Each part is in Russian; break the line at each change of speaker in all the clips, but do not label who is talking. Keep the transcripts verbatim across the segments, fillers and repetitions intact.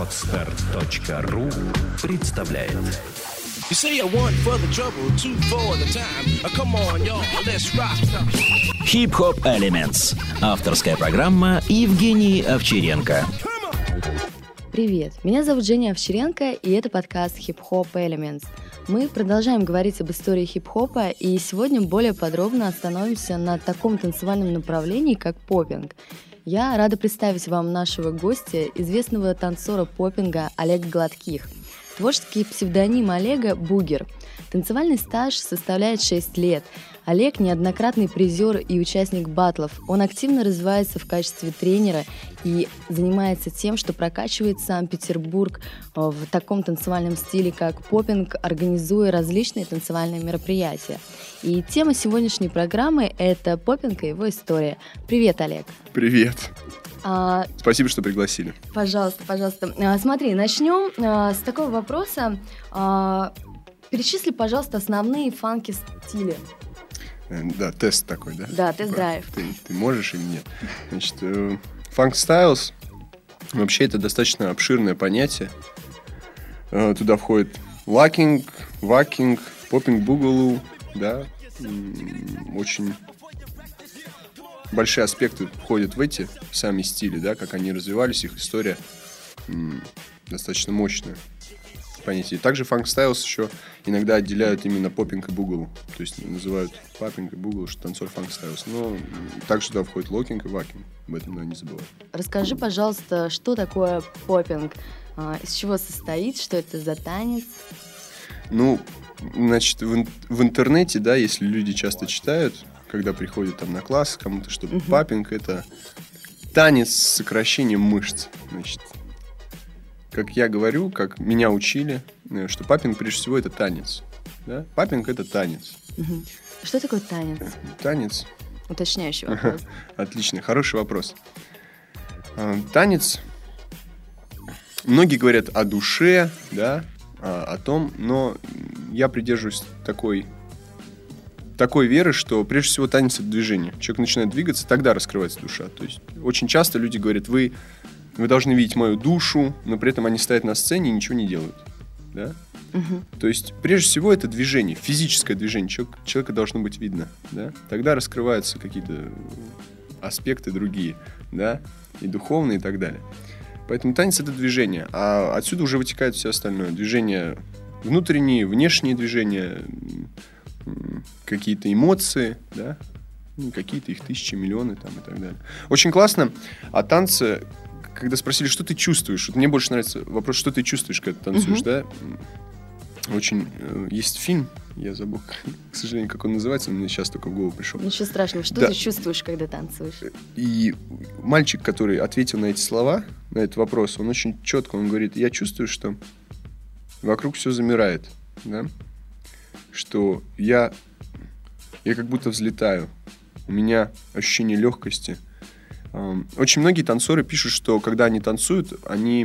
Подстер точка ру представляет.
You say I want for the trouble, two for the time. Come on, y'all, let's rock.
Hip Hop Elements. Авторская программа Евгений Овчаренко.
Привет, меня зовут Женя Овчаренко, и это подкаст Hip Hop Elements. Мы продолжаем говорить об истории хип-хопа, и сегодня более подробно остановимся на таком танцевальном направлении, как поппинг. Я рада представить вам нашего гостя, известного танцора поппинга Олега Гладких. Творческий псевдоним Олега – Бугер. Танцевальный стаж составляет шесть лет. Олег – неоднократный призер и участник баттлов. Он активно развивается в качестве тренера и занимается тем, что прокачивает Санкт-Петербург в таком танцевальном стиле, как поппинг, организуя различные танцевальные мероприятия. И тема сегодняшней программы – это поппинг и его история. Привет, Олег.
Привет.
А,
Спасибо, что пригласили.
Пожалуйста, пожалуйста. А, смотри, начнем а, с такого вопроса. А, перечисли, пожалуйста, основные фанки-стили.
Да, тест такой, да?
Да, тест-драйв.
Ты, ты можешь или нет? Значит, фанк стайлс, вообще это достаточно обширное понятие. Туда входит лакинг, вакинг, поппинг бугалу, да, очень большие аспекты входят в эти сами стили, да, как они развивались, их история м, достаточно мощная понятие. И также фанк стайлс еще иногда отделяют именно поппинг и бугалу, то есть называют поппинг и бугалу, что танцор фанк стайлс. Но также сюда входит локинг и вакинг, об этом надо не забывать.
Расскажи, пожалуйста, что такое поппинг, из чего состоит, что это за танец?
Ну, значит, в, в интернете, да, если люди часто читают, когда приходят там на класс кому-то, что uh-huh. поппинг — это танец с сокращением мышц. Значит, как я говорю, как меня учили, что поппинг, прежде всего, это танец. Да? Поппинг — это танец.
Uh-huh. Что такое танец?
Танец.
Уточняющий вопрос.
Отлично, хороший вопрос. Танец. Многие говорят о душе, да, о том, но я придерживаюсь такой, такой веры, что прежде всего танец — это движение. Человек начинает двигаться, тогда раскрывается душа. То есть очень часто люди говорят, вы, вы должны видеть мою душу, но при этом они стоят на сцене и ничего не делают. Да? Угу. То есть прежде всего это движение, физическое движение. Человек, человека должно быть видно. Да? Тогда раскрываются какие-то аспекты другие, да? И духовные, и так далее. Поэтому танец — это движение, а отсюда уже вытекает все остальное. Движения внутренние, внешние движения, какие-то эмоции, да, какие-то их тысячи, миллионы там и так далее. Очень классно. А танцы, когда спросили, что ты чувствуешь, вот мне больше нравится вопрос, что ты чувствуешь, когда ты танцуешь, uh-huh. да. Очень э, есть фильм, я забыл, к сожалению, как он называется, мне сейчас только в голову пришел.
Ничего страшного, что да. ты чувствуешь, когда танцуешь? И
мальчик, который ответил на эти слова, на этот вопрос, он очень четко, он говорит, я чувствую, что вокруг все замирает, да, что я, я как будто взлетаю, у меня ощущение легкости. Очень многие танцоры пишут, что когда они танцуют, они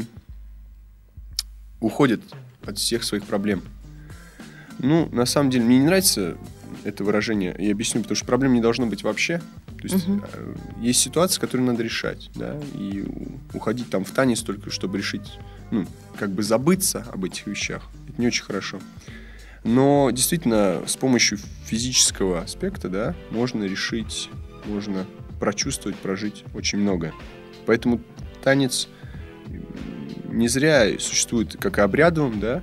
уходят от всех своих проблем. Ну, на самом деле, мне не нравится это выражение, я объясню, потому что проблем не должно быть вообще. То есть uh-huh. есть ситуации, которые надо решать, да, и уходить там в танец только, чтобы решить, ну, как бы забыться об этих вещах. Это не очень хорошо. Но действительно, с помощью физического аспекта, да, можно решить, можно прочувствовать, прожить очень многое. Поэтому танец не зря существует как обрядовым, да,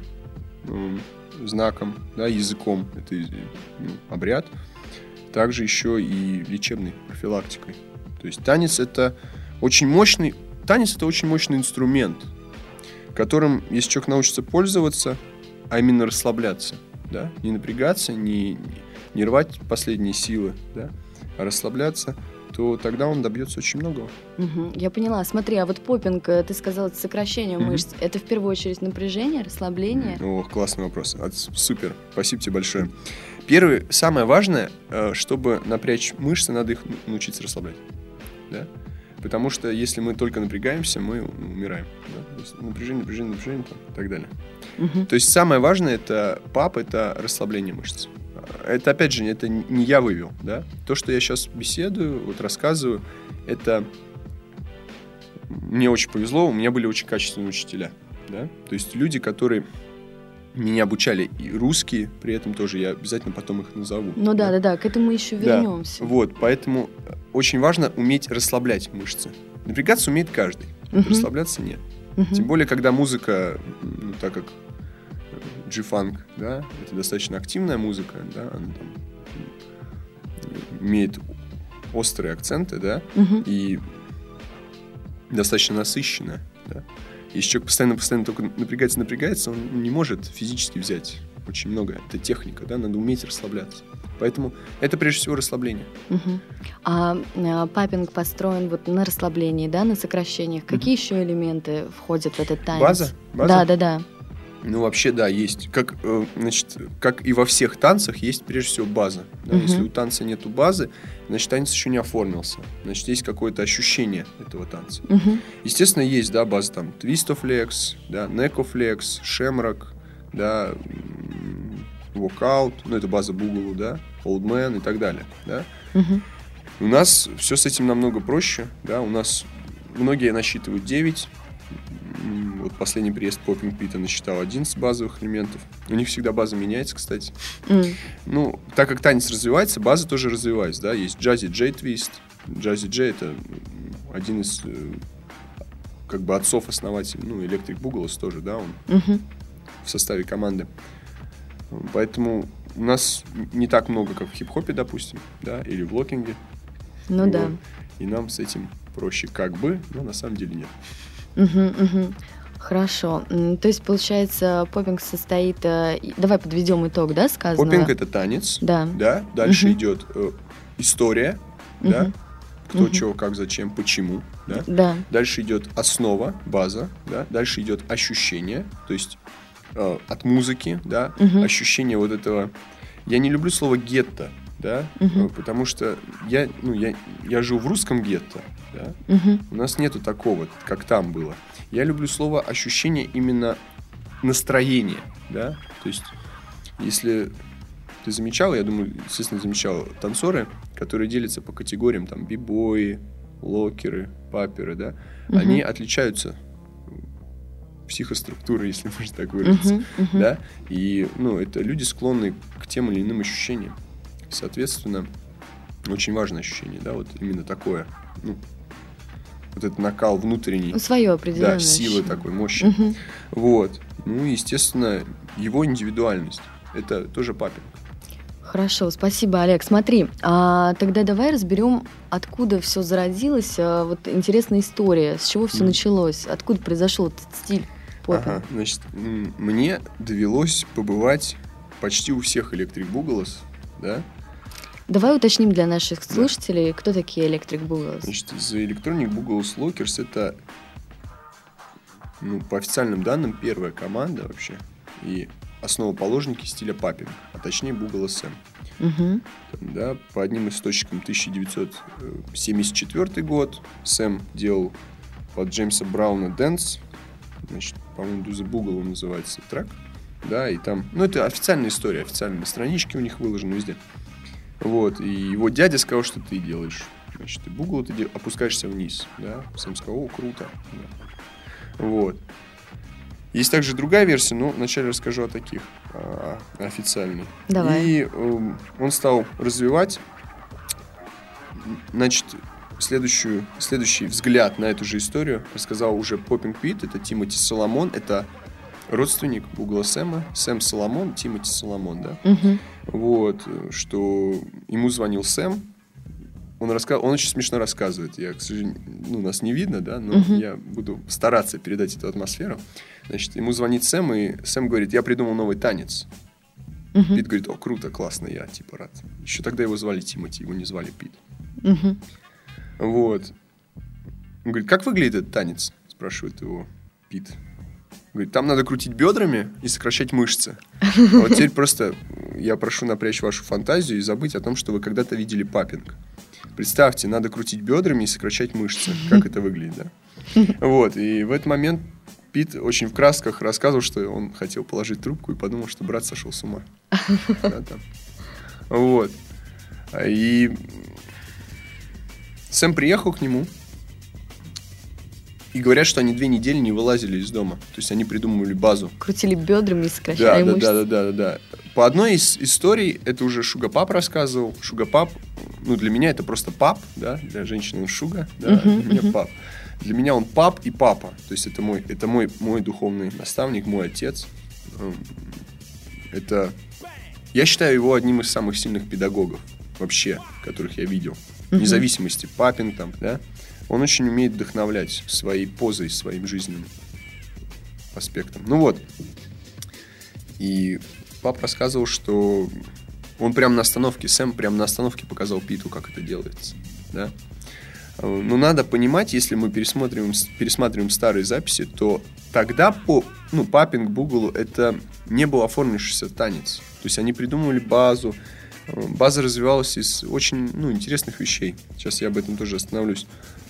знаком, да, языком, это ну, обряд, также еще и лечебной профилактикой. То есть танец — это очень мощный, танец — это очень мощный инструмент, которым, если человек научится пользоваться, а именно расслабляться, да, не напрягаться, не, не рвать последние силы, да, а расслабляться, то тогда он добьется очень многого.
Угу, я поняла. Смотри, а вот поппинг, ты сказал, это сокращение угу. мышц. Это в первую очередь напряжение, расслабление?
Ох, классный вопрос. Супер. Спасибо тебе большое. Первое, самое важное, чтобы напрячь мышцы, надо их научиться расслаблять. Да? Потому что если мы только напрягаемся, мы умираем. Да? То есть напряжение, напряжение, напряжение там, и так далее. Угу. То есть самое важное, это пап, это расслабление мышц. Это, опять же, это не я вывел, да? То, что я сейчас беседую, вот рассказываю, это мне очень повезло, у меня были очень качественные учителя. да? То есть люди, которые меня обучали, и русские, при этом тоже, я обязательно потом их назову.
Ну да, да, да, к этому еще вернемся.
Да. Вот, поэтому очень важно уметь расслаблять мышцы. Напрягаться умеет каждый, uh-huh. расслабляться нет. Uh-huh. Тем более, когда музыка, ну, так как G-Funk, да, это достаточно активная музыка, да, она там имеет острые акценты, да, uh-huh. и достаточно насыщенная, да. Если человек постоянно-постоянно только напрягается, напрягается, он не может физически взять очень много. Это техника, да, надо уметь расслабляться. Поэтому это прежде всего расслабление.
Uh-huh. А, а паппинг построен вот на расслаблении, да, на сокращениях. Uh-huh. Какие еще элементы входят в этот танец?
База? База?
Да, да, да.
Ну, вообще, да, есть. Как, значит, как и во всех танцах, есть прежде всего база. Да? Uh-huh. Если у танца нету базы, значит, танец еще не оформился. Значит, есть какое-то ощущение этого танца. Uh-huh. Естественно, есть, да, база там Twist of Legs, да, Neck of Legs, Shamrock, да, Walkout, ну, это база Boogaloo, да, Old Man и так далее, да. Uh-huh. У нас все с этим намного проще, да, у нас многие насчитывают девять. Вот последний приезд Popping Pete насчитал одиннадцать базовых элементов. У них всегда база меняется, кстати. Mm. Ну, так как танец развивается, база тоже развивается, да. Есть Jazzy J Twist. Jazzy J — это один из как бы отцов-основателей, ну, Electric Boogaloo тоже, да, он mm-hmm. в составе команды. Поэтому у нас не так много, как в хип-хопе, допустим, да, или в локинге.
Ну вот. Да.
И нам с этим проще как бы, но на самом деле нет.
Угу, угу. Хорошо. То есть, получается, поппинг состоит... Давай подведем итог, да, сказанного?
Поппинг — это танец.
Да.
Да. Дальше
угу.
идет э, история, угу. да, кто, угу. чего, как, зачем, почему, да.
Да.
Дальше идет основа, база, да. Дальше идет ощущение, то есть э, от музыки, да, угу. ощущение вот этого... Я не люблю слово «гетто», да, угу. потому что я, ну, я, я живу в русском гетто, да, угу. у нас нету такого, как там было. Я люблю слово ощущение именно настроения, да, то есть если ты замечал, я думаю, естественно, замечал танцоры, которые делятся по категориям, там, бибои, локеры, папперы, да, угу. они отличаются психоструктурой, если можно так выразиться, uh-huh, uh-huh. да, и, ну, это люди, склонны к тем или иным ощущениям. Соответственно, очень важное ощущение, да, вот именно такое, ну, вот этот накал внутренний.
Свое определенное.
Да, силы
ощущение.
Такой, мощи.
Uh-huh.
Вот. Ну, естественно, его индивидуальность. Это тоже паппинг.
Хорошо, спасибо, Олег. Смотри, а тогда давай разберем, откуда все зародилось. А, вот интересная история, с чего все mm. началось, откуда произошел этот стиль поппинг.
Ага, значит, мне довелось побывать почти у всех Electric Boogaloo, да.
Давай уточним для наших слушателей, да. кто такие Electric Boogaloo.
Значит, The Electronic Boogaloo Lockers — это, ну, по официальным данным, первая команда вообще и основоположники стиля паппинг, а точнее Boogaloo Сэм. Uh-huh. Да, по одним источникам тысяча девятьсот семьдесят четвёртый год Сэм делал под Джеймса Брауна Dance, значит, по-моему, Do the Boogaloo называется трек, да, и там, ну, это официальная история, официальные странички у них выложены везде. Вот, и его дядя сказал, что ты делаешь. Значит, ты Boogaloo, ты опускаешься вниз, да. Сэм сказал: о, круто. Да. Вот. Есть также другая версия, но вначале расскажу о таких, о, о официальной.
Давай.
И э, он стал развивать, значит, следующую, следующий взгляд на эту же историю рассказал уже Popping Pete, это Тимоти Соломон, это родственник Boogaloo Сэма, Сэм Соломон, Тимоти Соломон, да. Угу. Вот, что ему звонил Сэм, он, раска... он очень смешно рассказывает, я, к сожалению, ну, нас не видно, да, но uh-huh. я буду стараться передать эту атмосферу. Значит, ему звонит Сэм, и Сэм говорит: я придумал новый танец. Uh-huh. Пит говорит: о, круто, классно, я типа рад. Еще тогда его звали Тимоти, его не звали Пит. Uh-huh. Вот. Он говорит: как выглядит этот танец? Спрашивает его Пит. Говорит: там надо крутить бедрами и сокращать мышцы. А вот теперь просто я прошу напрячь вашу фантазию и забыть о том, что вы когда-то видели паппинг. Представьте, надо крутить бедрами и сокращать мышцы. Как это выглядит, да? Вот, и в этот момент Пит очень в красках рассказывал, что он хотел положить трубку и подумал, что брат сошел с ума. Да, там. Вот. И Сэм приехал к нему И говорят, что они две недели не вылазили из дома. То есть они придумывали базу.
Крутили бедрами и сокращали
да,
мышцы.
Да, да, да, да, да. По одной из историй, это уже Шугапап рассказывал. Шугапап, ну, для меня это просто пап, да, для женщины он шуга, да,
Uh-huh,
для меня
uh-huh.
пап. Для меня он пап и папа. То есть это мой, это мой, мой духовный наставник, мой отец. Это... Я считаю его одним из самых сильных педагогов вообще, которых я видел. Вне зависимости, папин там, да. Он очень умеет вдохновлять своей позой, своим жизненным аспектом. Ну вот. И пап рассказывал, что он прямо на остановке, Сэм прямо на остановке показал Питу, как это делается. Да? Но надо понимать, если мы пересматриваем, пересматриваем старые записи, то тогда по ну, папинг, бугалу это не был оформившийся танец. То есть они придумывали базу. База развивалась из очень ну, интересных вещей. Сейчас я об этом тоже остановлюсь.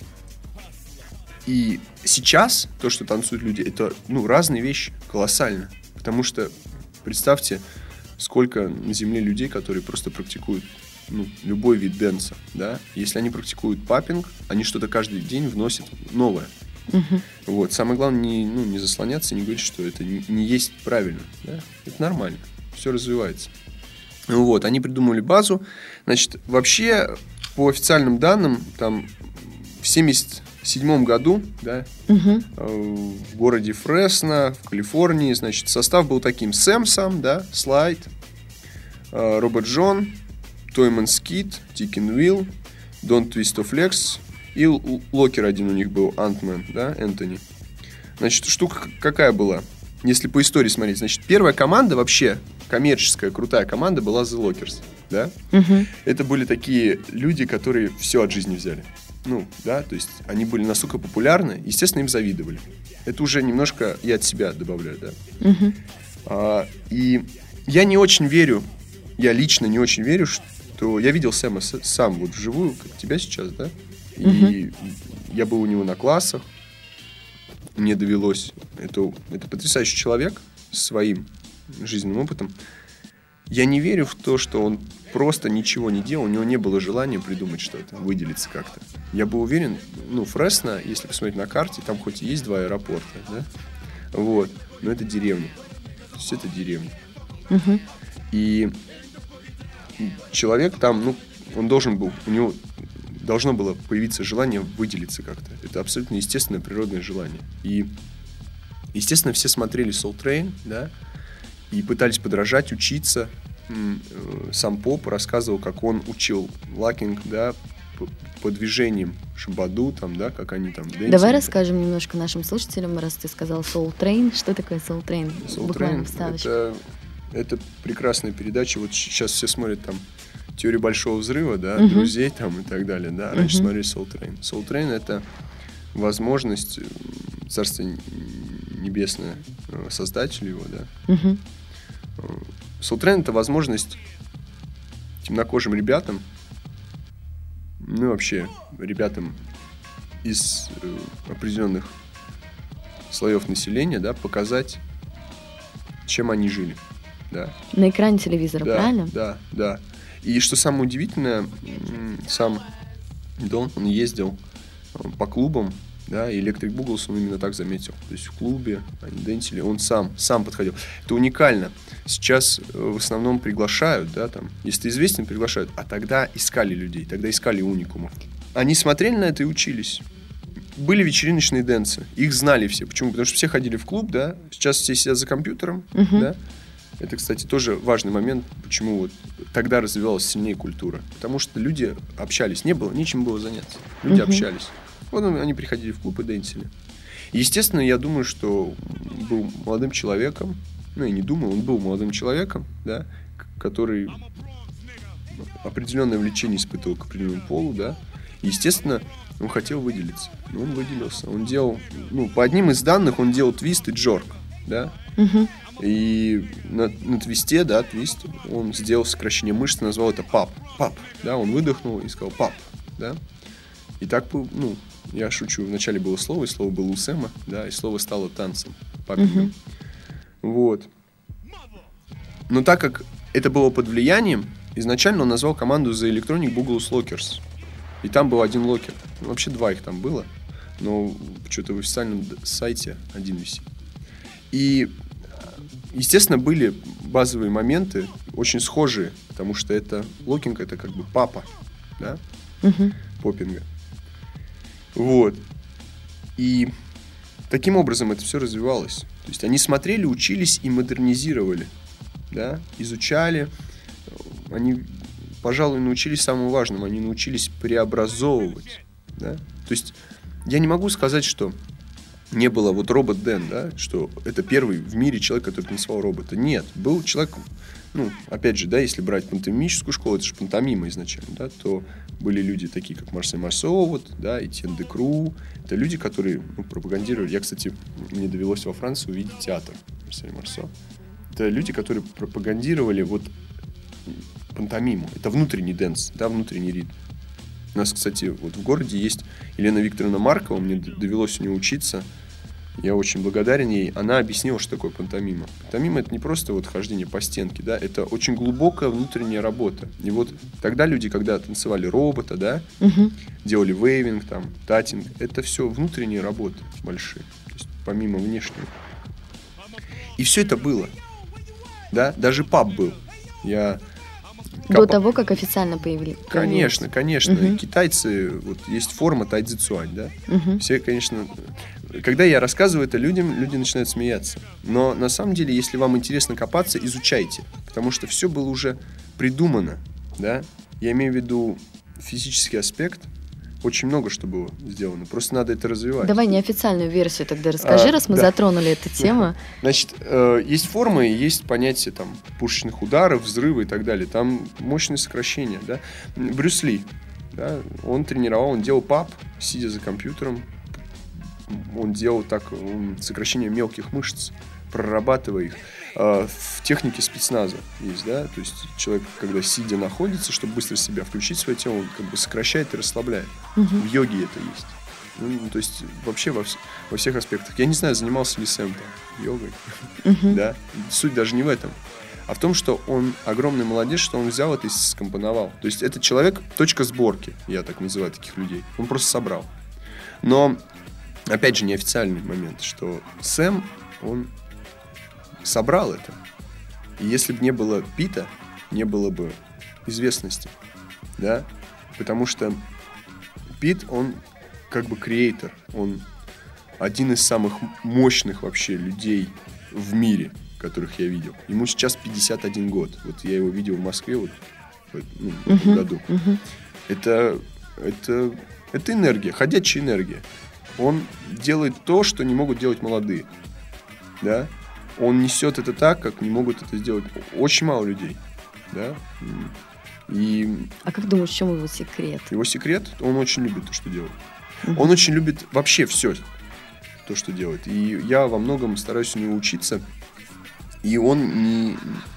И сейчас то, что танцуют люди, это ну, разные вещи, колоссально. Потому что представьте, сколько на земле людей, которые просто практикуют ну, любой вид дэнса. Да? Если они практикуют паппинг, они что-то каждый день вносят новое. Uh-huh. Вот. Самое главное не, ну, не заслоняться, не говорить, что это не, не есть правильно. Да? Это нормально, все развивается. Вот. Они придумали базу. Значит, вообще, по официальным данным, там в семьдесят седьмом году, да, uh-huh. в городе Фресно, в Калифорнии, значит, состав был таким: Сэм сам, да, Слайд, Роберт Джон, Тойман Скит, Тикин Уилл, Дон Твистофлекс и Локер один у них был, Антмен, да, Энтони. Значит, штука какая была? Если по истории смотреть, значит, первая команда вообще, коммерческая, крутая команда была The Lockers, да? Uh-huh. Это были такие люди, которые все от жизни взяли. Ну, да, то есть они были настолько популярны, естественно, им завидовали. Это уже немножко я от себя добавляю, да. Uh-huh. А, и я не очень верю, я лично не очень верю, что я видел Сэма сам вот вживую, как тебя сейчас, да. И uh-huh. я был у него на классах, мне довелось. Это, это потрясающий человек с своим жизненным опытом. Я не верю в то, что он просто ничего не делал, у него не было желания придумать что-то, выделиться как-то. Я был уверен, ну, Фресно, если посмотреть на карте, там хоть и есть два аэропорта, да, вот, но это деревня. То есть это деревня. Uh-huh. И человек там, ну, он должен был, у него должно было появиться желание выделиться как-то. Это абсолютно естественное природное желание. И, естественно, все смотрели Soul Train, да, и пытались подражать, учиться. Сам Поп рассказывал, как он учил лакинг, да, по, по движениям шабаду, там, да, как они там дэнсили.
Давай расскажем немножко нашим слушателям, раз ты сказал Soul Train. Что такое Soul Train?
Soul
Буквально
Train это, это прекрасная передача. Вот сейчас все смотрят там «Теорию большого взрыва», да, uh-huh. «Друзей» там и так далее, да. Раньше uh-huh. смотрели Soul Train. Soul Train — это возможность, Царство Небесное, создателю его, да. Uh-huh. Soul Train — это возможность темнокожим ребятам, ну и вообще ребятам из э, определенных слоев населения, да, показать, чем они жили. Да.
На экране телевизора,
да,
правильно?
Да, да. И что самое удивительное, сам Дон, он ездил по клубам, да, и Electric Bugles он именно так заметил. То есть в клубе, они дэнсили, он сам, сам подходил. Это уникально. Сейчас в основном приглашают, да, там, если ты известен, приглашают, а тогда искали людей, тогда искали уникумов. Они смотрели на это и учились. Были вечериночные дэнсы, их знали все. Почему? Потому что все ходили в клуб, да, сейчас все сидят за компьютером, uh-huh. да. Это, кстати, тоже важный момент, почему вот тогда развивалась сильнее культура. Потому что люди общались, не было, нечем было заняться. Люди uh-huh. общались. Вот они приходили в клуб и дэнсили. Естественно, я думаю, что был молодым человеком, ну, я не думаю, он был молодым человеком, да, который определенное влечение испытывал к определенному полу, да. Естественно, он хотел выделиться. Но он выделился. Он делал, ну, по одним из данных, он делал твист и джорк, да. Uh-huh. И на, на твисте, да, твист, он сделал сокращение мышц, назвал это пап, пап, да, он выдохнул и сказал пап, да. И так, ну, я шучу, вначале было слово, и слово было у Сэма, да, и слово стало танцем, папингом. Uh-huh. Вот. Но так как это было под влиянием, изначально он назвал команду The Electronic Bugles Lockers. И там был один локер. Ну, вообще два их там было. но что-то в официальном сайте один висит. И, естественно, были базовые моменты, очень схожие, потому что это локинг, это как бы папа, да, uh-huh. поппинга. Вот. И таким образом это все развивалось. То есть они смотрели, учились и модернизировали, да, изучали. Они, пожалуй, научились самому важному, они научились преобразовывать, да. То есть я не могу сказать, что не было вот робот Дэн, да, что это первый в мире человек, который танцевал робота. Нет, был человек, ну, опять же, да, если брать пантомимическую школу, это же пантомима изначально, да, то были люди такие, как Марсель Марсо, вот, да, Этьен Декру. Это люди, которые, ну, пропагандировали. Я, кстати, мне довелось во Франции увидеть театр Марселя Марсо. Это люди, которые пропагандировали вот пантомиму. Это внутренний дэнс, да, внутренний ритм. У нас, кстати, вот в городе есть Елена Викторовна Маркова, мне довелось у нее учиться. Я очень благодарен ей. Она объяснила, что такое пантомима. Пантомима — это не просто вот хождение по стенке, да, это очень глубокая внутренняя работа. И вот тогда люди, когда танцевали робота, да, угу. делали вейвинг, там, татинг, это все внутренние работы большие, то есть помимо внешнего. И все это было, да, даже паб был. Я
До Капа... того, как официально появились.
Конечно, конечно. Угу. Китайцы, вот есть форма тайцзицуань, да. Угу. Все, конечно, когда я рассказываю это людям, люди начинают смеяться. Но на самом деле, если вам интересно копаться, изучайте, потому что все было уже придумано, да. Я имею в виду физический аспект. Очень много что было сделано. Просто надо это развивать.
Давай неофициальную версию тогда расскажи, а, раз мы да. затронули эту тему.
Значит, э, есть формы, есть понятие там пушечных ударов, взрыва и так далее. Там мощные сокращения, да. Брюс Ли, да, он тренировал, он делал паб, сидя за компьютером. Он делал так он, сокращение мелких мышц, прорабатывая их. Э, в технике спецназа есть, да, то есть человек, когда сидя находится, чтобы быстро себя включить в свое тело, он как бы сокращает и расслабляет. Uh-huh. В йоге это есть. Ну, то есть вообще во, вс- во всех аспектах. Я не знаю, занимался ли Сэм там йогой, uh-huh. да, суть даже не в этом, а в том, что он огромный молодец, что он взял это и скомпоновал. То есть это человек, точка сборки, я так называю таких людей. Он просто собрал. Но, опять же, неофициальный момент, что Сэм, он собрал это. И если бы не было Пита, не было бы известности, да, потому что Пит, он как бы креатор, он один из самых мощных вообще людей в мире, которых я видел. Ему сейчас пятьдесят один год. Вот я его видел в Москве вот, ну, в этом uh-huh, году. Uh-huh. Это, это, это энергия, ходячая энергия. Он делает то, что не могут делать молодые, да. Он несет это так, как не могут это сделать очень мало людей, да. И...
А как думаешь, в чем его секрет?
Его секрет? Он очень любит то, что делает. Uh-huh. Он очень любит вообще все, то, что делает. И я во многом стараюсь у него учиться. И он не,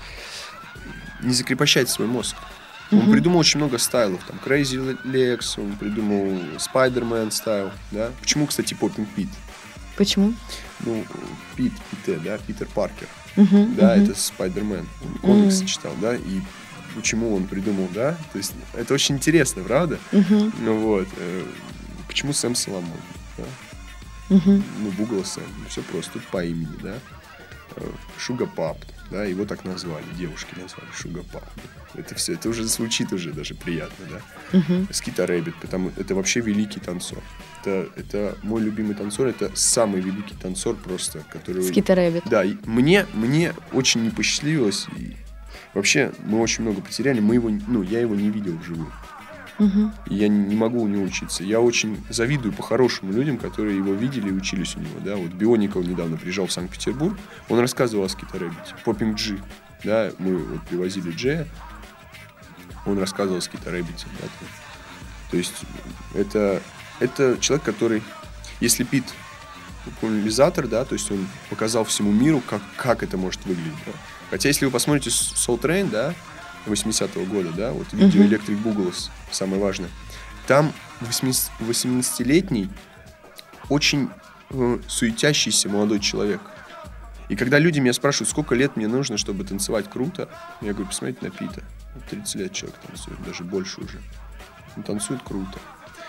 не закрепощает свой мозг. Uh-huh. Он придумал очень много стайлов. Там Crazy Legs, он придумал Spider-Man стайл, да. Почему, кстати, Popping Pete?
Почему?
Ну, Пит, Пите, да, Питер Паркер.
Uh-huh,
да,
uh-huh.
это Спайдермен. Он комиксы
uh-huh.
читал, да, и почему он придумал, да. То есть это очень интересно, правда?
Uh-huh.
Ну вот. Э, почему Сэм Соломон? Да?
Uh-huh.
Ну, Гугл Сэм. Ну, все просто. Тут по имени, да. Шуга Пап, да, его так назвали, девушки назвали Шуга Пап. Это все, это уже звучит уже даже приятно, да. Uh-huh. Скита Рэббит, потому это вообще великий танцор. Это, это мой любимый танцор, это самый великий танцор просто, который...
Скита Рэббит.
Да, и мне, мне очень не посчастливилось, и вообще мы очень много потеряли, мы его, ну, я его не видел вживую.
Uh-huh.
И я не могу у него учиться. Я очень завидую по-хорошему людям, которые его видели и учились у него. Да? Вот Биоников недавно приезжал в Санкт-Петербург, он рассказывал о Скита Рэббите. Поппинг Джи. Да? Мы вот привозили Джея, он рассказывал о Скита Рэббите. Да? То есть это, это человек, который, если Пит популяризатор, да, то есть он показал всему миру, как, как это может выглядеть. Да? Хотя если вы посмотрите Soul Train, да, восьмидесятого года, да, вот видео uh-huh. Electric Boogaloo, самое важное. Там восемнадцатилетний, очень э, суетящийся молодой человек. И когда люди меня спрашивают, сколько лет мне нужно, чтобы танцевать круто, я говорю, посмотрите на Пита. тридцать лет человек танцует, даже больше уже. Он танцует круто.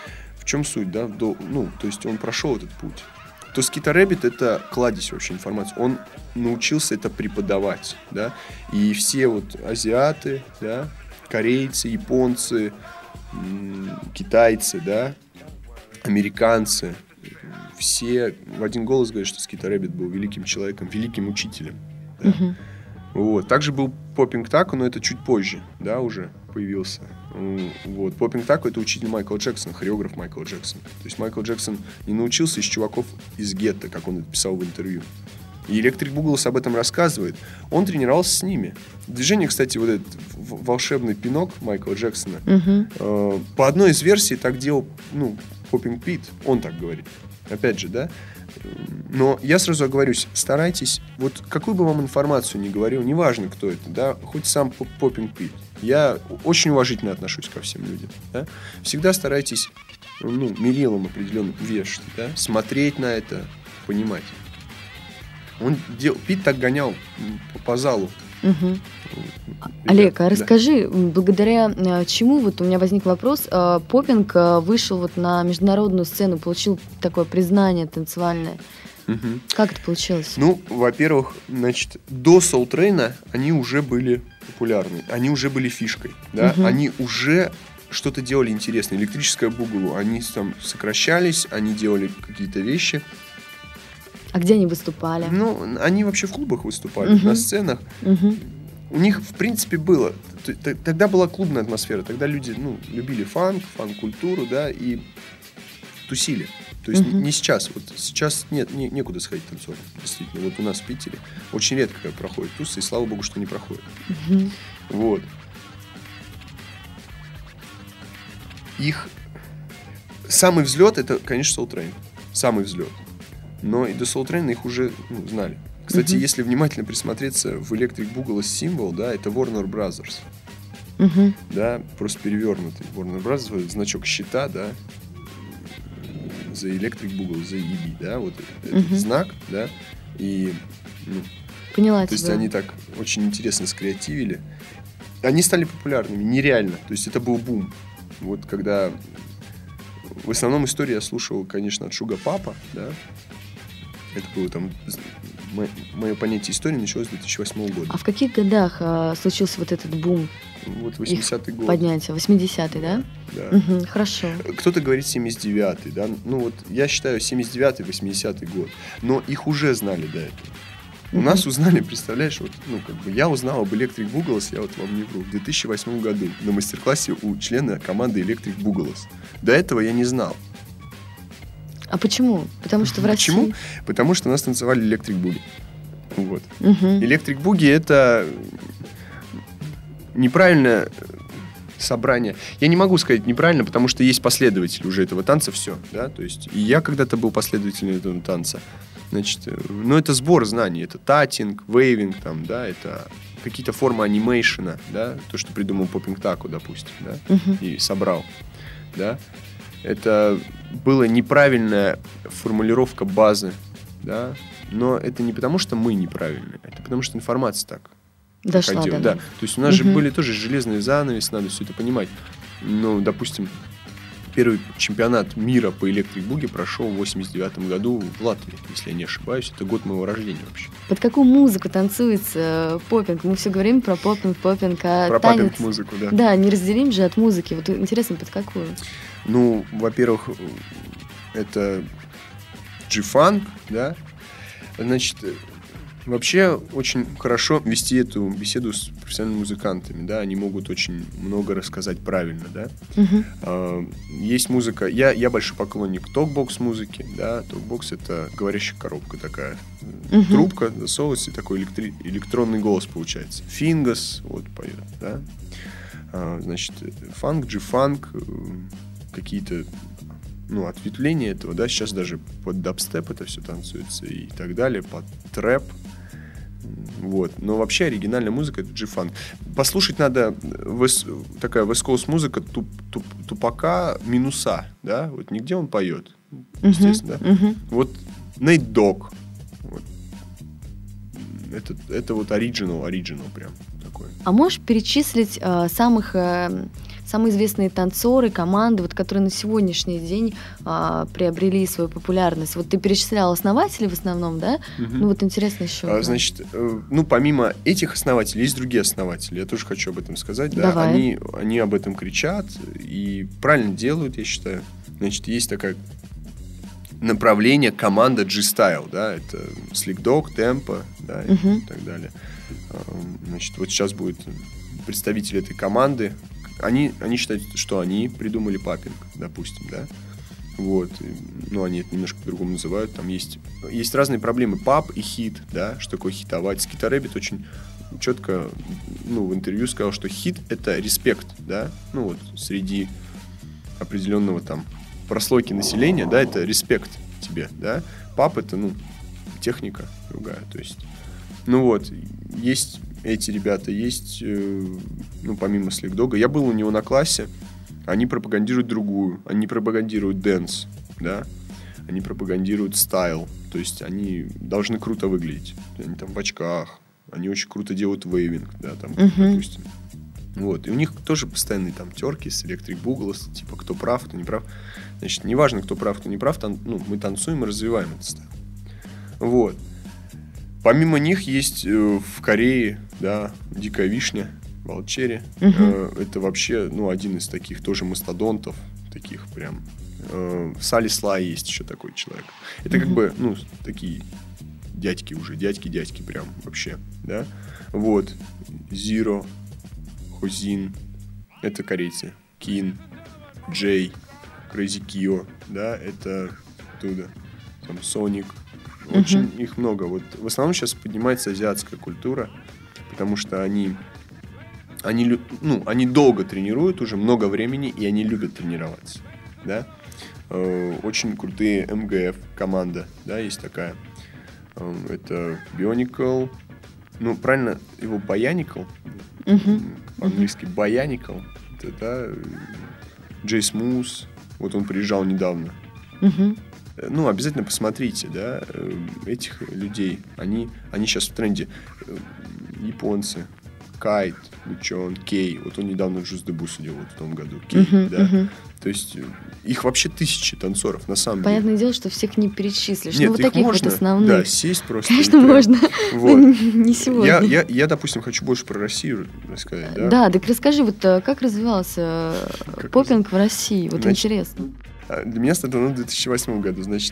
чем суть, да? До, ну, то есть он прошел этот путь. То Скита Рэббит — это кладезь вообще информации. Он научился это преподавать, да? И все вот азиаты, да, корейцы, японцы, китайцы, да, американцы, все в один голос говорят, что Скита Рэббит был великим человеком, великим учителем. Да? Uh-huh. Вот. Также был Поппинг Тако, но это чуть позже, да, уже появился. Вот. Поппинг Тако — это учитель Майкла Джексона, хореограф Майкла Джексона. То есть Майкл Джексон не научился из чуваков из гетто, как он это писал в интервью. И Electric Boogaloo об этом рассказывает. Он тренировался с ними. Движение, кстати, вот этот волшебный пинок Майкла Джексона, uh-huh. э, по одной из версий так делал, ну, Поппинг Пит. Он так говорит. Опять же, да? Но я сразу оговорюсь, старайтесь, вот какую бы вам информацию ни говорил, неважно, кто это, да, хоть сам Поппинг Пит. Я очень уважительно отношусь ко всем людям, да? Всегда старайтесь, ну, мерилом определенным вешать, да? Смотреть на это, понимать. Он дел... Пит так гонял по, по залу.
Угу. Олег, а расскажи, да. благодаря чему, вот у меня возник вопрос, Поппинг вышел вот на международную сцену, получил такое признание танцевальное. Угу. Как это получилось?
Ну, во-первых, значит, до Soul Train они уже были популярны, они уже были фишкой, да, угу. они уже что-то делали интересное. Электрическое бугалу, они там сокращались, они делали какие-то вещи.
А где они выступали?
Ну, они вообще в клубах выступали, uh-huh. на сценах. Uh-huh. У них, в принципе, было... Тогда была клубная атмосфера. Тогда люди, ну, любили фанк, фанк-культуру, да, и тусили. То есть uh-huh. не сейчас. Вот сейчас нет, не, некуда сходить танцорам. Действительно. Вот у нас в Питере очень редко проходят тусы, и слава богу, что не проходят. Uh-huh. Вот. Их... Самый взлет — это, конечно, Soul Train. Самый взлет. Но и до Soul Train их уже, ну, знали. Кстати, uh-huh. если внимательно присмотреться в Electric Boogaloo символ, да, это Warner Brothers. Uh-huh. Да, просто перевернутый. Warner Brothers, значок щита, да, за Electric Boogaloo, за и би, да, вот uh-huh. этот знак, да, и, ну,
поняла
то
тебя.
есть они так очень интересно скреативили. Они стали популярными, нереально, то есть это был бум. Вот когда... В основном историю я слушал, конечно, от Шуга Папа, да. Это было там... Мое понятие истории началось с две тысячи восьмого года.
А в каких годах а, случился вот этот бум?
Вот восьмидесятый год.
Поднятие. восьмидесятый, да?
Да.
Угу, хорошо.
Кто-то говорит семьдесят девятый, да. Ну вот я считаю семьдесят девятый, восьмидесятый год. Но их уже знали до этого. У uh-huh. нас узнали, представляешь, вот, ну, как бы я узнал об Electric Boogaloo, я вот вам не вру, в две тысячи восьмом году на мастер-классе у члена команды Electric Boogaloo. До этого я не знал.
А почему? Потому что в России...
Почему? Потому что у нас танцевали Electric Boogie. Вот.
Uh-huh.
Electric Boogie — это неправильное собрание. Я не могу сказать неправильно, потому что есть последователи уже этого танца, все, да, то есть и я когда-то был последователем этого танца. Значит, ну, это сбор знаний, это татинг, вейвинг, там, да, это какие-то формы анимейшена, да, то, что придумал Поппинг Тако, допустим, да, uh-huh. и собрал, да. Это была неправильная формулировка базы, да, но это не потому, что мы неправильные, это потому, что информация так
дошла
доходила,
до
да. То есть у нас
uh-huh.
же были тоже железные занавесы, надо все это понимать. Ну, допустим, первый чемпионат мира по Electric Boogie прошел в восемьдесят девятом году в Латвии, если я не ошибаюсь. Это год моего рождения вообще.
Под какую музыку танцуется поппинг? Мы все говорим про поппинг, поппинг, а
про
танец...
поппинг-музыку, да.
Да, не разделим же от музыки. Вот интересно, под какую?
Ну, во-первых, это G-фанк, да. Значит, вообще очень хорошо вести эту беседу с профессиональными музыкантами, да, они могут очень много рассказать правильно, да. Uh-huh. А, есть музыка, я, я большой поклонник токбокс музыки, да, токбокс — это говорящая коробка такая, uh-huh. трубка засовывается, и такой электри- электронный голос получается. Фингас вот поет, да. А, значит, фанк, джи-фанк, какие-то, ну, ответвления этого, да, сейчас даже под дабстеп это все танцуется и так далее, под трэп. Вот. Но вообще оригинальная музыка — это G-фанк. Послушать надо вес, такая West Coast музыка туп, туп, Тупака, Минуса, да, вот нигде он поет, естественно, uh-huh, да. Uh-huh. Вот Nate Dogg, вот. Это, это вот оригинал, оригинал прям такой.
А можешь перечислить э, самых, э, самые известные танцоры, команды, вот, которые на сегодняшний день а, приобрели свою популярность. Вот ты перечислял основателей в основном, да? Угу. Ну вот интересно еще.
А, значит, э, ну помимо этих основателей есть другие основатели. Я тоже хочу об этом сказать. Да?
Давай.
Они, они об этом кричат и правильно делают, я считаю. Значит, есть такая направление команда G-Style, да, это Slick Dog, Tempo, да, uh-huh. и так далее. Значит, вот сейчас будет представитель этой команды. Они, они считают, что они придумали паппинг, допустим, да. Вот. Ну, они это немножко по-другому называют. Там есть, есть разные проблемы. Пап и хит, да, что такое хитовать. Skita Rabbit очень четко, ну, в интервью сказал, что хит — это респект, да, ну, вот, среди определенного там прослойки населения, да, это респект тебе, да. Пап — это, ну, техника другая, то есть. Ну вот, есть эти ребята, есть, э, ну, помимо Slick Dog, я был у него на классе, они пропагандируют другую, они пропагандируют дэнс, да, они пропагандируют стайл, то есть они должны круто выглядеть, они там в очках, они очень круто делают вейвинг, да, там, uh-huh. допустим. Вот. И у них тоже постоянные там терки с Electric Boogaloo, типа кто прав, кто не прав. Значит, неважно, кто прав, кто не прав, тан- ну, мы танцуем и развиваем это стайл. Вот. Помимо них есть э, в Корее, да, Дикая Вишня, Валчери. Uh-huh. Э, это вообще, ну, один из таких тоже мастодонтов, таких прям. Э, Сали Слай есть еще такой человек. Это uh-huh. как бы, ну, такие дядьки уже, дядьки-дядьки прям вообще, да. Вот. Zero, Хозин, это корейцы. Кин, Джей, Crazy Kyo, да, это оттуда. Там Соник. Очень uh-huh. их много. Вот в основном сейчас поднимается азиатская культура, потому что они, они, ну, они долго тренируют, уже много времени, и они любят тренироваться, да. Э, очень крутые эм гэ эф команда, да, есть такая. Э, это Bionicle, ну, правильно, его Bionicle, uh-huh. по-английски Bionicle, это, да, Джей Смус, вот он приезжал недавно. Uh-huh. Ну, обязательно посмотрите, да, этих людей. Они, они сейчас в тренде. Японцы. Кайт, Учон, Кей. Вот он недавно в Жуздебу сидел вот в том году. Кей, uh-huh, да. Uh-huh. То есть их вообще тысячи танцоров, на самом
Понятное
деле.
Понятное дело, что всех не перечислишь.
Нет,
ну, вот таких
можно,
вот основных.
Да, сесть просто.
Конечно, можно.
Вот.
Не сегодня.
Я, я, я, допустим, хочу больше про Россию рассказать. Да,
да, так расскажи, вот как развивался как поппинг раз... в России? Вот значит, интересно.
Для меня стартанул в две тысячи восьмом году. Значит,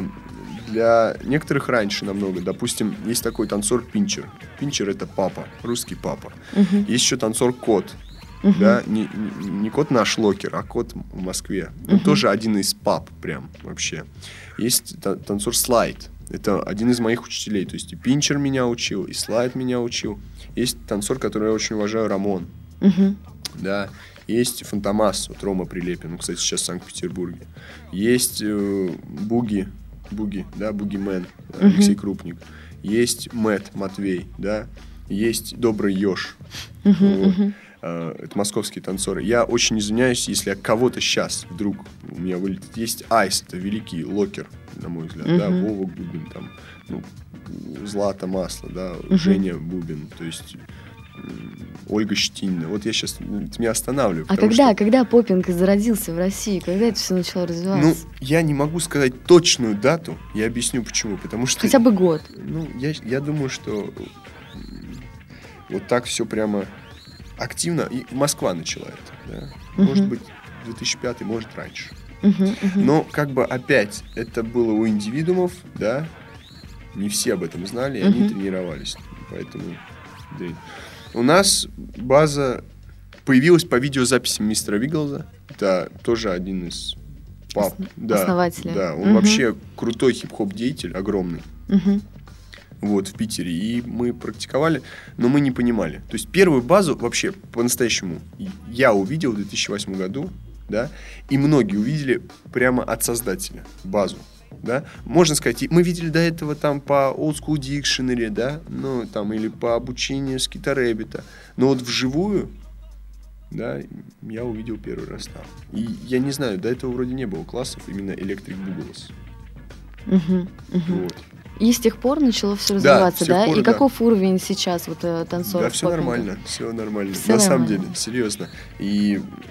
для некоторых раньше намного. Допустим, есть такой танцор Пинчер. Пинчер — это папа, русский папа. Uh-huh. Есть еще танцор Кот. Uh-huh. Да? Не, не, не Кот наш локер, а Кот в Москве. Он uh-huh. тоже один из пап прям вообще. Есть та- танцор Слайд. Это один из моих учителей. То есть и Пинчер меня учил, и Слайд меня учил. Есть танцор, который я очень уважаю, Рамон. Uh-huh. Да. Есть Фантомас, вот Рома Прилепин, он, кстати, сейчас в Санкт-Петербурге. Есть э, Буги, Буги, да, Бугимен, да, uh-huh. Алексей Крупник. Есть Мэтт Матвей, да. Есть Добрый Ёж. Uh-huh, вот. uh-huh. э, это московские танцоры. Я очень извиняюсь, если я кого-то сейчас вдруг у меня вылетит. Есть Айс, это великий локер, на мой взгляд, uh-huh. да, Вова Губин, там, ну, Злата Масло, да, uh-huh. Женя Бубин, то есть... Ольга Щетинина. Вот я сейчас тебя останавливаю.
А когда,
что...
когда поппинг зародился в России? Когда это все начало развиваться?
Ну, я не могу сказать точную дату. Я объясню, почему. Потому что...
Хотя бы год.
Ну, я, я думаю, что вот так все прямо активно. И Москва начала это. Да? Uh-huh. Может быть, две тысячи пятый, может, раньше. Uh-huh, uh-huh. Но, как бы, опять, это было у индивидуумов, да? Не все об этом знали, и uh-huh. они тренировались. Поэтому... Да. У нас база появилась по видеозаписям мистера Вигглза. Это тоже один из пап. Ос- да, основателей. Да, он угу. вообще крутой хип-хоп деятель, огромный. Угу. Вот, в Питере. И мы практиковали, но мы не понимали. То есть первую базу вообще по-настоящему я увидел в две тысячи восьмом году, да, и многие увидели прямо от создателя базу. Да? Можно сказать, мы видели до этого там по Old School Dictionary, да, ну, там, или по обучению Skita Rabbit. Но вот вживую, да, я увидел первый раз там. И я не знаю, до этого вроде не было классов именно Electric Boogaloo.
Угу, угу. Вот. И с тех пор начало все развиваться,
да?
да?
Пор,
И
да.
каков уровень сейчас вот танцоров?
Да, все нормально, все нормально.
Все
На
нормально.
самом деле, серьезно. И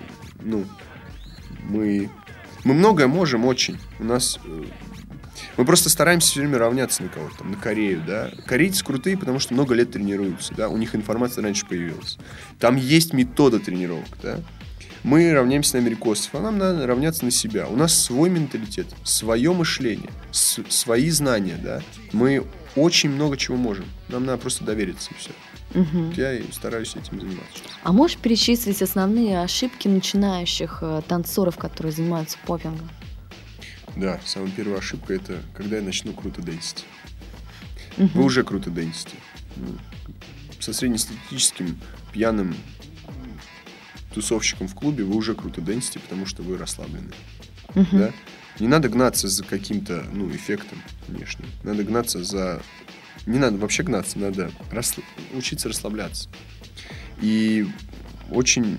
ну, мы, мы многое можем очень. У нас... Мы просто стараемся все время равняться на кого-то, там, на Корею, да. Корейцы крутые, потому что много лет тренируются, да. У них информация раньше появилась. Там есть метода тренировок, да. Мы равняемся на америкосов, а нам надо равняться на себя. У нас свой менталитет, свое мышление, с- свои знания, да. Мы очень много чего можем. Нам надо просто довериться, и все.
Мгм.
Я и стараюсь этим заниматься сейчас.
А можешь перечислить основные ошибки начинающих э, танцоров, которые занимаются поппингом?
Да, самая первая ошибка — это когда я начну круто дэнсить.
Мгм.
Вы уже круто дэнсите. Ну, со среднестатистическим пьяным тусовщиком в клубе вы уже круто дэнсите, потому что вы расслаблены.
Мгм.
Да? Не надо гнаться за каким-то, ну, эффектом внешним. Надо гнаться за... Не надо вообще гнаться, надо расл- учиться расслабляться. И очень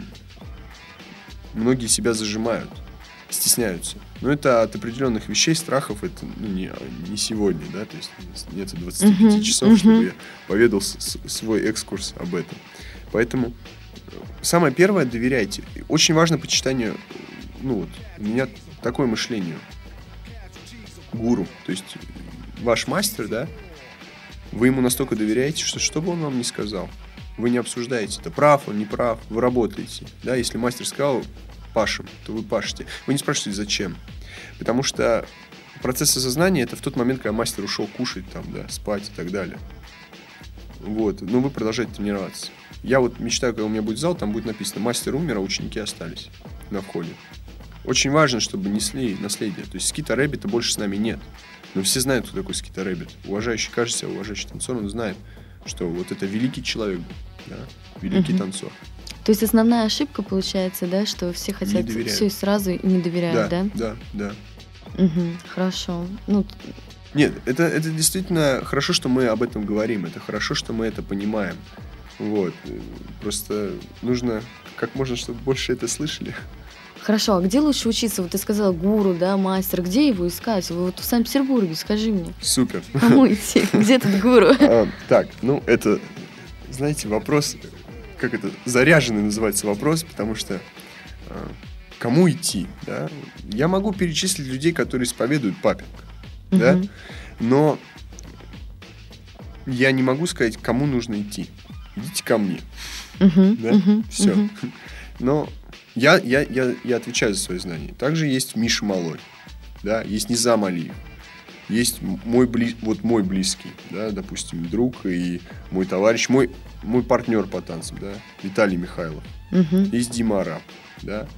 многие себя зажимают, стесняются. Но это от определенных вещей, страхов, это ну, не, не сегодня, да, то есть нет двадцати пяти
Мгм,
часов,
мгм.
чтобы я поведал с- с- свой экскурс об этом. Поэтому самое первое — доверяйте. Очень важно почитание, ну вот, у меня такое мышление. Гуру, то есть ваш мастер, да, вы ему настолько доверяете, что что бы он вам ни сказал, вы не обсуждаете это, прав он, не прав, вы работаете. Да, если мастер сказал пашем, то вы пашете. Вы не спрашиваете, зачем. Потому что процесс осознания — это в тот момент, когда мастер ушел кушать, там, да, спать и так далее. Вот. Но вы продолжаете тренироваться. Я вот мечтаю, когда у меня будет зал, там будет написано: мастер умер, а ученики остались на входе. Очень важно, чтобы несли наследие. То есть Скита Рэббита больше с нами нет. Но все знают, кто такой Скита Рэббит. Уважающий, кажется, уважающий танцор, он знает, что вот это великий человек был, да? Великий
Мгм.
танцор.
То есть основная ошибка получается, да, что все хотят
доверяют.
все и сразу и не доверяют, да?
да, да.
Мгм. Хорошо. Ну, т-
Нет, это, это действительно хорошо, что мы об этом говорим. Это хорошо, что мы это понимаем. Вот. Просто нужно как можно, чтобы больше это слышали.
хорошо, а где лучше учиться? Вот ты сказал гуру, да, мастер. Где его искать? Вот в Санкт-Петербурге, скажи мне.
Супер.
Кому идти? Где тут гуру?
А, Так, ну это, знаете, вопрос, как это, заряженный называется вопрос, потому что а, кому идти, да? Я могу перечислить людей, которые исповедуют папинг, да?
Мгм.
Но я не могу сказать, кому нужно идти. Идите ко мне,
Мгм.
да?
Мгм.
Все.
Мгм.
Но я, я, я, я отвечаю за свои знания. Также есть Миша Малой, да? Есть Низам Алиев. Есть мой, бли... вот мой близкий, да, допустим, друг и мой товарищ, мой, мой партнер по танцам, да, Виталий Михайлов.
Мгм.
Есть Дима Араб, да.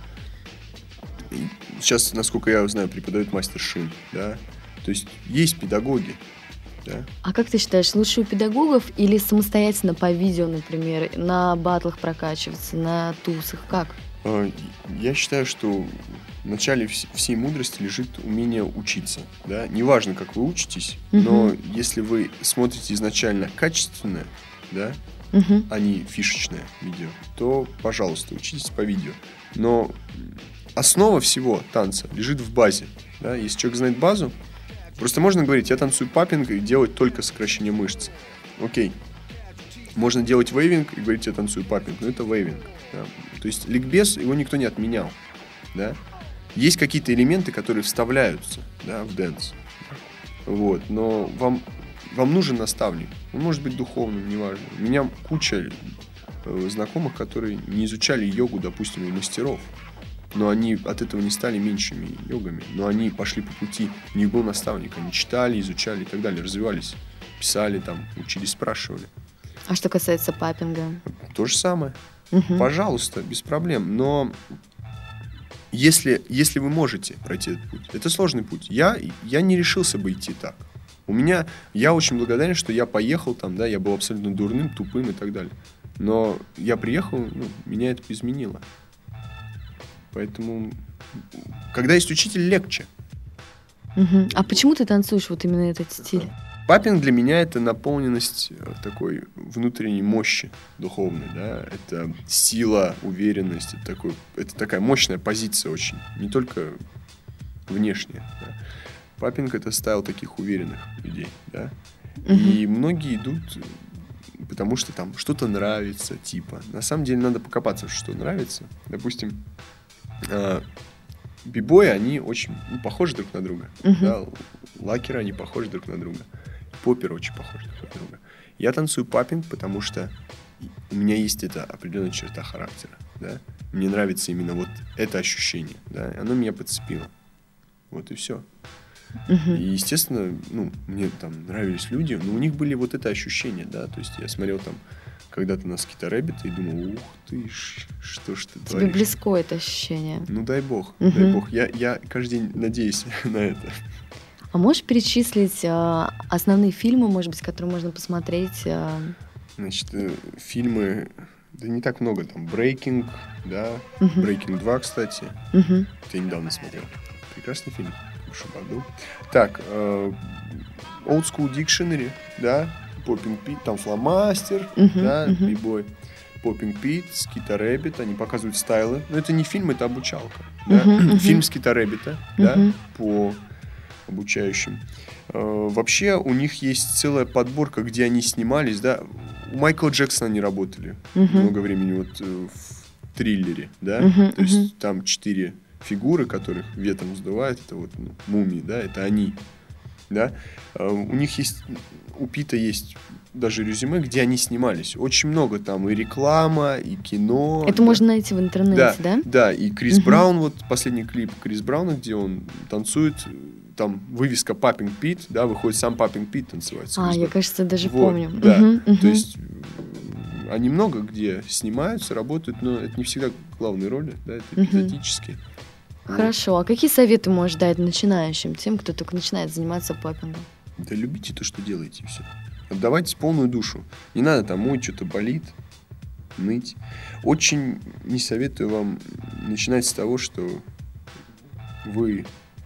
И сейчас, насколько я знаю, преподает мастер Шин, да. То есть есть педагоги, да.
А как ты считаешь, лучше у педагогов или самостоятельно по видео, например, на батлах прокачиваться, на тусах? Как?
А, Я считаю, что в начале вс- всей мудрости лежит умение учиться. Да? Неважно, как вы учитесь,
Мгм.
но если вы смотрите изначально качественное, да,
Мгм.
а не фишечное видео, то, пожалуйста, учитесь по видео. Но основа всего танца лежит в базе. Да? Если человек знает базу, просто можно говорить: я танцую паппинг и делать только сокращение мышц. Окей. Можно делать вейвинг и говорить: я танцую паппинг, но это вейвинг. Да? То есть ликбез, его никто не отменял. Да? Есть какие-то элементы, которые вставляются, да, в дэнс. Вот. Но вам, вам нужен наставник. Он может быть духовным, неважно. У меня куча э, знакомых, которые не изучали йогу, допустим, у мастеров. Но они от этого не стали меньшими йогами. Но они пошли по пути. У них был наставник. Они читали, изучали и так далее. Развивались. Писали там, учились, спрашивали.
А что касается паппинга?
То же самое.
Мгм.
Пожалуйста, без проблем. Но если, если вы можете пройти этот путь, это сложный путь. Я, я не решился бы идти так. У меня, я очень благодарен, что я поехал там, да, я был абсолютно дурным, тупым и так далее. Но я приехал, ну, меня это изменило. Поэтому, когда есть учитель, легче.
Мгм. А почему ты танцуешь вот именно этот стиль?
Паппинг для меня — это наполненность э, такой внутренней мощи духовной, да, это сила, уверенность, это, такой, это такая мощная позиция очень, не только внешняя. Да. Паппинг — это стайл таких уверенных людей, да, и многие идут, э, потому что там что-то нравится, типа. На самом деле надо покопаться, что нравится. Допустим, А, бибои, они очень ну, похожи друг на друга. Uh-huh. Да? Лакеры, они похожи друг на друга. Попперы очень похожи друг на друга. Я танцую паппинг, потому что у меня есть эта определенная черта характера. Да? Мне нравится именно вот это ощущение. Да? Оно меня подцепило. Вот и все. Uh-huh. И, естественно, ну, мне там нравились люди, но у них были вот это ощущение, да, то есть я смотрел там когда-то на Скита Рэббита и думал, ух ты, что ж ты
Тебе
творишь.
Тебе близко это ощущение.
Ну, дай бог,
uh-huh.
дай бог. Я, я каждый день надеюсь на это.
А можешь перечислить э, основные фильмы, может быть, которые можно посмотреть? Э...
Значит, э, фильмы, да не так много, там, Breaking, да, uh-huh. Breaking два, кстати, uh-huh. это я недавно смотрел. Прекрасный фильм. Шабаду. Так, э, Old School Dictionary, да, Popping Pete, там Фломастер, uh-huh, да, uh-huh. бибой, Popping Pete, Скита Рэббит, они показывают стайлы. Но это не фильм, это обучалка. Да? Uh-huh, uh-huh. Фильм Скита Рэббита, uh-huh. да, по обучающим. Э, вообще у них есть целая подборка, где они снимались, да. У Майкла Джексона они работали uh-huh. много времени вот э, в триллере, да, uh-huh, то есть uh-huh. там четыре фигуры, которых ветром сдувает, это вот ну, мумии, да, это они, да. Uh, у них есть, у Пита есть даже резюме, где они снимались. Очень много там и реклама, и кино.
Это
да.
можно найти в интернете, да?
Да, да. И Крис uh-huh. Браун, вот последний клип Крис Брауна, где он танцует, там вывеска Popping Pete, да, выходит сам Popping Pete танцевать.
А, я, кажется, даже
вот,
помню.
Да,
uh-huh, uh-huh.
то есть они много где снимаются, работают, но это не всегда главные роли, да, это эпизодические. Uh-huh.
Хорошо. А какие советы можешь дать начинающим, тем, кто только начинает заниматься поппингом?
Да любите то, что делаете, и все. Отдавайте полную душу. Не надо там, ой, что-то болит, ныть. Очень не советую вам начинать с того, что вы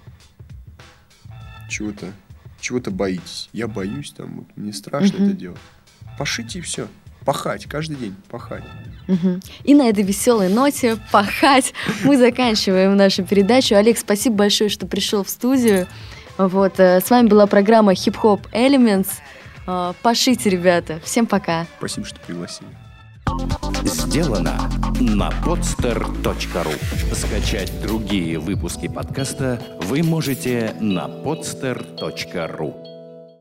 чего-то, чего-то боитесь. Я боюсь, там, вот, мне страшно uh-huh. это делать. Пашите и все. Пахать, каждый день пахать.
Угу. И на этой веселой ноте пахать мы заканчиваем нашу передачу. Олег, спасибо большое, что пришел в студию. Вот, с вами была программа Hip Hop Elements. Пашите, ребята. Всем пока.
Спасибо, что пригласили.
Сделано на podster точка ру. Скачать другие выпуски подкаста вы можете на podster точка ру.